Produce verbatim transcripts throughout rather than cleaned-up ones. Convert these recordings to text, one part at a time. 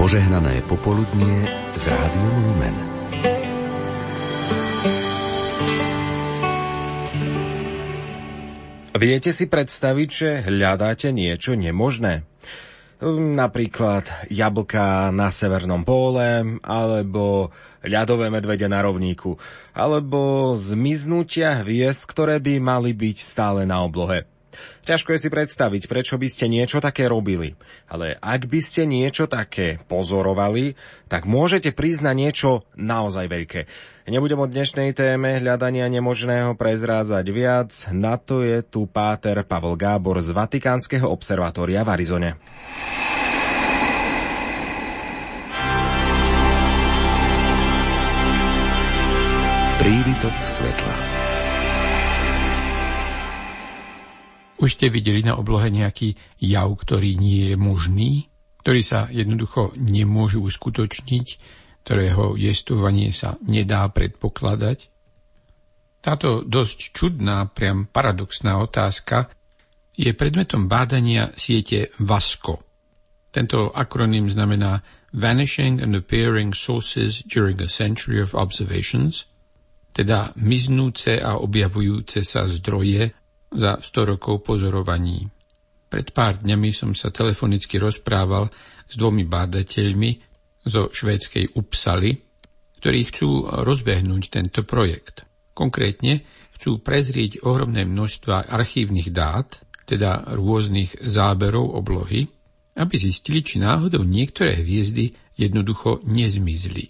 Požehnané popoludnie z Rádiom Lumen. Viete si predstaviť, že hľadáte niečo nemožné? Napríklad jablká na severnom póle, alebo ľadové medvede na rovníku, alebo zmiznutia hviezd, ktoré by mali byť stále na oblohe. Ťažko je si predstaviť, prečo by ste niečo také robili. Ale ak by ste niečo také pozorovali, tak môžete prísť na niečo naozaj veľké. Nebudem o dnešnej téme hľadania nemožného prezrázať viac. Na to je tu páter Pavol Gábor z Vatikánskeho observatória v Arizone. Prívitok svetla. Už ste videli na oblohe nejaký jav, ktorý nie je možný, ktorý sa jednoducho nemôže uskutočniť, ktorého jestvovanie sa nedá predpokladať? Táto dosť čudná, priam paradoxná otázka je predmetom bádania siete VASCO. Tento akronym znamená Vanishing and Appearing Sources During a Century of Observations, teda miznúce a objavujúce sa zdroje za sto rokov pozorovaní. Pred pár dňami som sa telefonicky rozprával s dvomi bádateľmi zo švédskej Uppsaly, ktorí chcú rozbehnúť tento projekt. Konkrétne chcú prezrieť ohromné množstva archívnych dát, teda rôznych záberov oblohy, aby zistili, či náhodou niektoré hviezdy jednoducho nezmizli.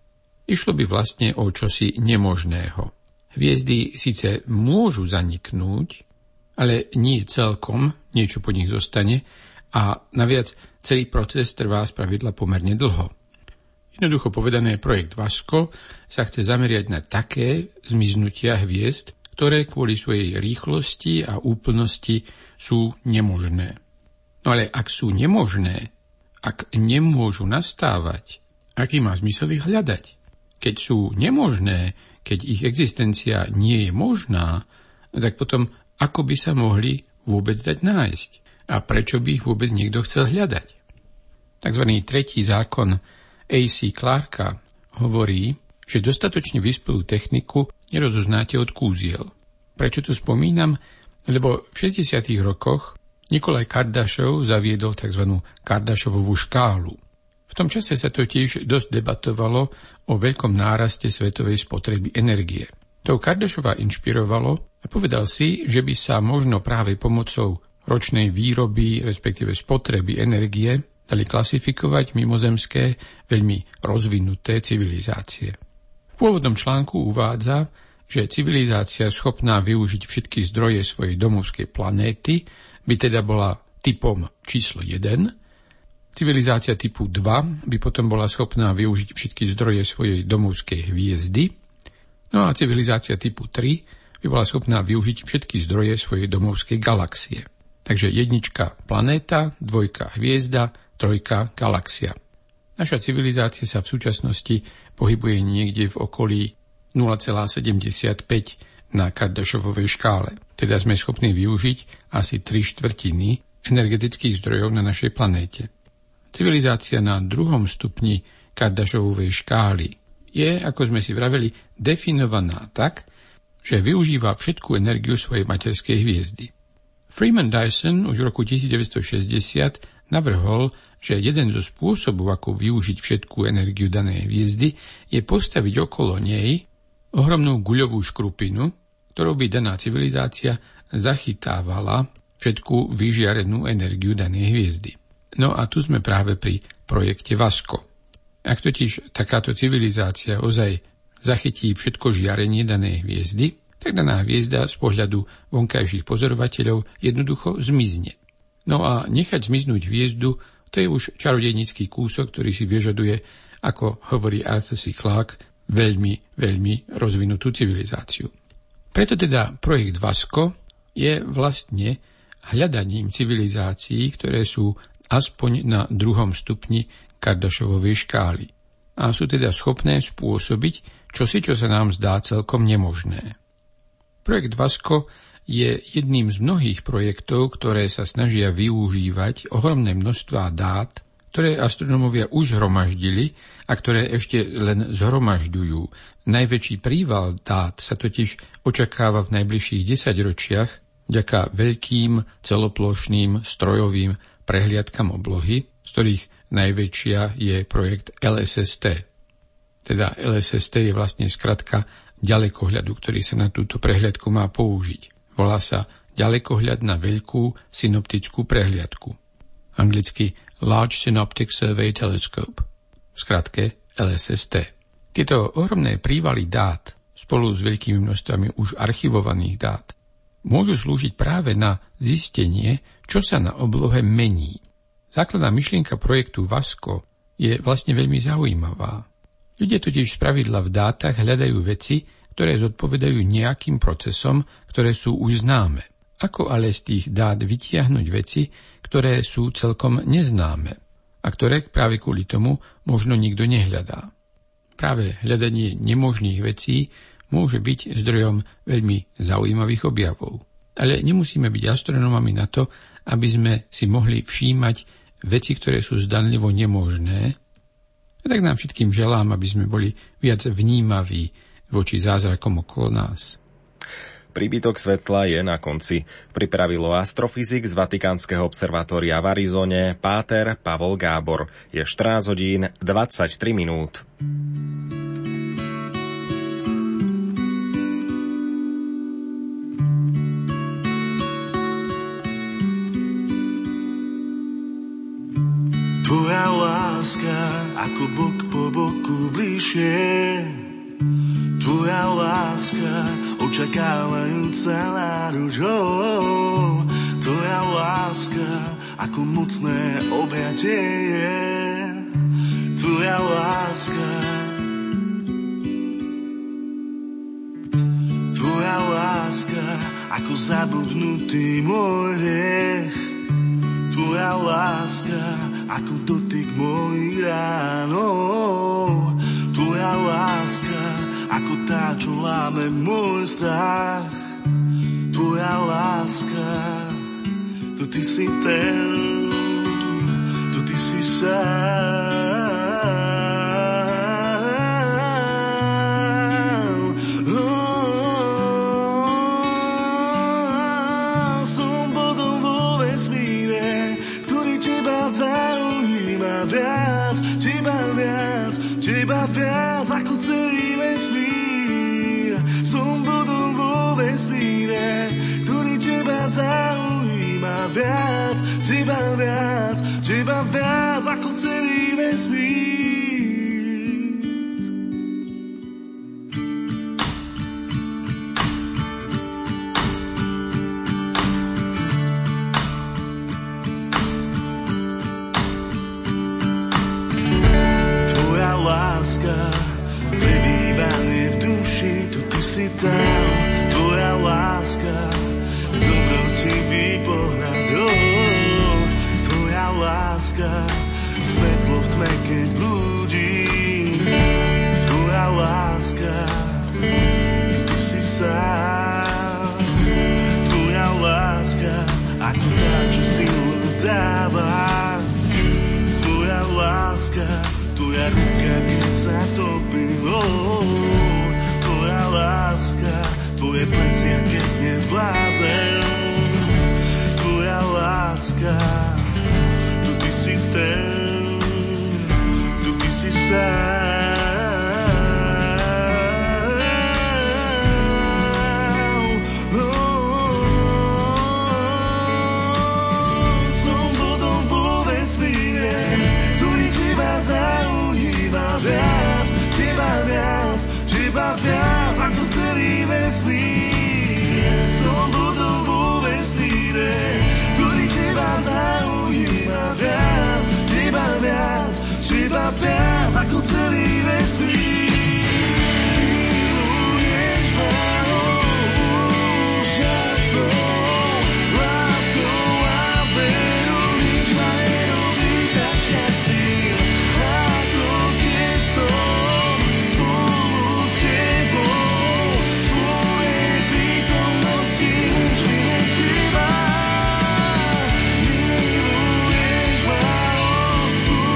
Išlo by vlastne o čosi nemožného. Hviezdy síce môžu zaniknúť, ale nie celkom, niečo po nich zostane a naviac celý proces trvá spravidla pomerne dlho. Jednoducho povedané, projekt VASCO sa chce zameriať na také zmiznutia hviezd, ktoré kvôli svojej rýchlosti a úplnosti sú nemožné. No ale ak sú nemožné, ak nemôžu nastávať, aký má zmysel ich hľadať? Keď sú nemožné, keď ich existencia nie je možná, tak potom ako by sa mohli vôbec dať nájsť? A prečo by ich vôbec niekto chcel hľadať? Takzvaný tretí zákon á cé Clarka hovorí, že dostatočne vyspelú techniku nerozoznáte od kúziel. Prečo to spomínam? Lebo v šesťdesiatych rokoch Nikolaj Kardashev zaviedol tzv. Kardashevovu škálu. V tom čase sa totiž dosť debatovalo o veľkom náraste svetovej spotreby energie. To Kardashova inšpirovalo a povedal si, že by sa možno práve pomocou ročnej výroby, respektíve spotreby energie, dali klasifikovať mimozemské, veľmi rozvinuté civilizácie. V pôvodnom článku uvádza, že civilizácia schopná využiť všetky zdroje svojej domovskej planéty by teda bola typom číslo jeden, civilizácia typu dva by potom bola schopná využiť všetky zdroje svojej domovskej hviezdy, no a civilizácia typu tri by bola schopná využiť všetky zdroje svojej domovskej galaxie. Takže jednička planéta, dvojka hviezda, trojka galaxia. Naša civilizácia sa v súčasnosti pohybuje niekde v okolí nula celá sedemdesiatpäť na Kardashovovej škále. Teda sme schopní využiť asi tri štvrtiny energetických zdrojov na našej planéte. Civilizácia na druhom stupni Kardashovovej škály je, ako sme si vraveli, definovaná tak, že využíva všetku energiu svojej materskej hviezdy. Freeman Dyson už v roku devätnásťstošesťdesiat navrhol, že jeden zo spôsobov, ako využiť všetku energiu danej hviezdy, je postaviť okolo nej ohromnú guľovú škrupinu, ktorou by daná civilizácia zachytávala všetku vyžiarenú energiu danej hviezdy. No a tu sme práve pri projekte VASCO. Ak totiž takáto civilizácia ozaj zachytí všetko žiarenie danej hviezdy, tak daná hviezda z pohľadu vonkajších pozorovateľov jednoducho zmizne. No a nechať zmiznúť hviezdu, to je už čarodejnícky kúsok, ktorý si vyžaduje, ako hovorí Arthur C. Clarke, veľmi, veľmi rozvinutú civilizáciu. Preto teda projekt VASCO je vlastne hľadaním civilizácií, ktoré sú aspoň na druhom stupni Kardashovovej škály a sú teda schopné spôsobiť čosi, čo sa nám zdá celkom nemožné. Projekt VASCO je jedným z mnohých projektov, ktoré sa snažia využívať ohromné množstvá dát, ktoré astronómovia už zhromaždili a ktoré ešte len zhromažďujú. Najväčší príval dát sa totiž očakáva v najbližších desaťročiach vďaka veľkým celoplošným strojovým prehliadkam oblohy, z ktorých najväčšia je projekt el es es té. Teda el es es té je vlastne skratka ďalekohľadu, ktorý sa na túto prehliadku má použiť. Volá sa ďalekohľad na veľkú synoptickú prehliadku. Anglicky Large Synoptic Survey Telescope, v skratke el es es té. Tieto ohromné prívaly dát spolu s veľkými množstvami už archivovaných dát môžu slúžiť práve na zistenie, čo sa na oblohe mení. Základná myšlienka projektu VASCO je vlastne veľmi zaujímavá. Ľudia totiž spravidla v dátach hľadajú veci, ktoré zodpovedajú nejakým procesom, ktoré sú už známe. Ako ale z tých dát vytiahnuť veci, ktoré sú celkom neznáme a ktoré práve kvôli tomu možno nikto nehľadá. Práve hľadanie nemožných vecí môže byť zdrojom veľmi zaujímavých objavov. Ale nemusíme byť astronómami na to, aby sme si mohli všímať veci, ktoré sú zdanlivo nemožné. A tak nám všetkým želám, aby sme boli viac vnímaví voči zázrakom okolo nás. Príbytok svetla je na konci. Pripravilo astrofyzik z Vatikánskeho observatória v Arizone páter Pavol Gábor. Je štrnásť hodín dvadsaťtri minút. Tvoja láska ako bok po boku bližšie, tvoja láska očakávajúca náruč, oh, tvoja láska ako mocné objatie je, tvoja láska, tvoja láska ako zabudnutý môj hriech, tvoja láska ako dotyk mojich ránov, tvoja láska ako tá, čo láme môj strach, tvoja láska, to ty si ten, to ty si sám. Oh, som bodom vo vesmíre, ktorý teba zaujíma viac, teba viac, teba viac ako celý vesmír. Som bodom vo vesmíre, ktorý teba zaujíma viac, teba viac, teba viac ako celý vesmír. Tvoja láska prebývanie v duši, tu ty si tam, tvoja láska, dobrotivý pohľad, oh, tvoja láska, svetlo v tme, keď blúdim, tvoja láska, tu ty si sám, tvoja láska, ako tá, čo silu dáva, tvoja láska, tvoja ruka, keď sa topím, oh, tvoja láska, tvoje plecia, keď nevládzem, tvoja láska, tu ty si ten, tu ty si sám. Oh, som bodom vo vesmíre, ktorý teba zaujíma viac, teba viac, teba viac ako celý vesmír. Som bodom vo vesmíre, ktorý teba zaujíma viac, teba viac, teba viac ako celý vesmír. Miluješ ma, oh, šťastnou láskou a verou, nič ma nerobí tak šťastným, ako keď som spolu s tebou. Tvojej prítomnosti nič mi nechýba. Miluješ ma, oh,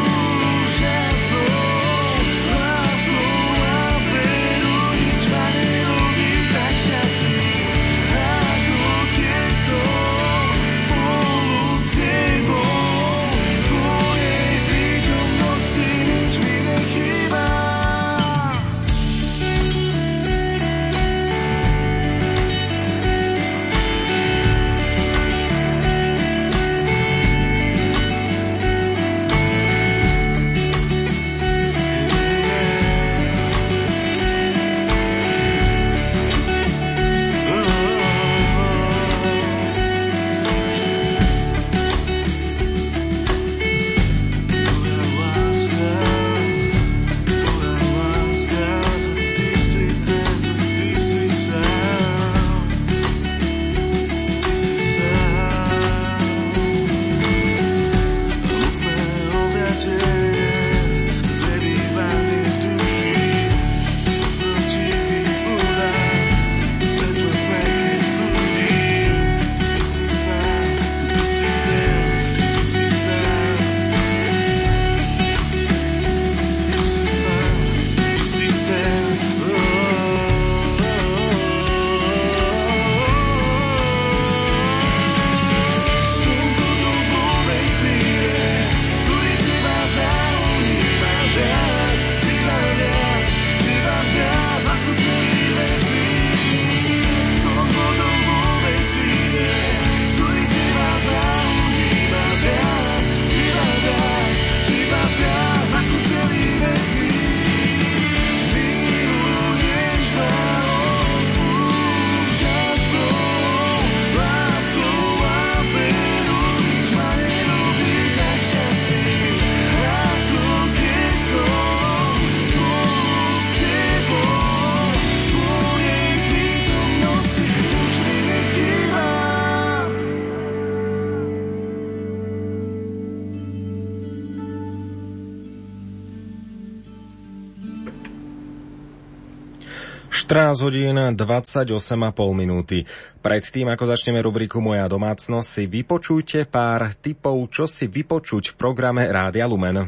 štrnásť hodín dvadsaťosem a pol minúty. Predtým, ako začneme rubriku Moja domácnosť, si vypočujte pár tipov, čo si vypočuť v programe Rádia Lumen.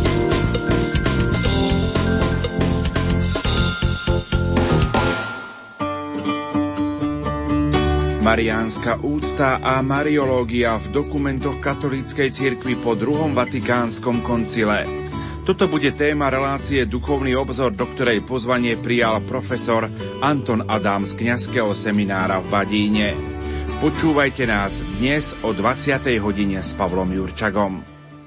Mariánska úcta a mariológia v dokumentoch katolíckej cirkvi po druhom vatikánskom koncile. Toto bude téma relácie Duchovný obzor, do ktorej pozvanie prijal profesor Anton Adam z kňazského seminára v Badíne. Počúvajte nás dnes o dvadsiatej hodine s Pavlom Jurčagom.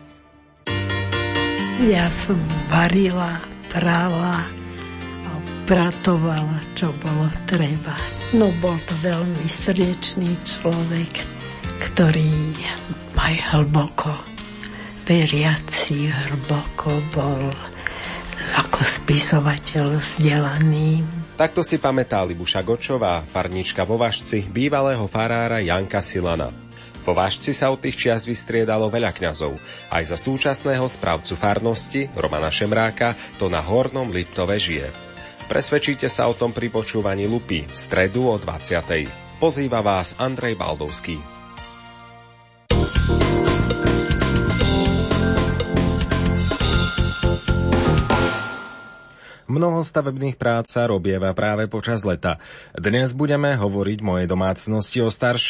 Ja som varila, prala a pratovala, čo bolo treba. No bol to veľmi srdečný človek, ktorý aj hlboko veriaci, hlboko bol ako spisovateľ vzdelaný. Takto si pamätá Libuša Gočová, farníčka vo Važci, bývalého farára Janka Silana. Vo Važci sa od tých čias vystriedalo veľa kňazov. Aj za súčasného správcu farnosti, Romana Šemráka, to na Hornom Liptove žije. Presvedčíte sa o tom pri počúvaní Lupy v stredu o dvadsiatej. Pozýva vás Andrej Baldovský. Mnoho stavebných prác sa robieva práve počas leta. Dnes budeme hovoriť v mojej domácnosti o staršej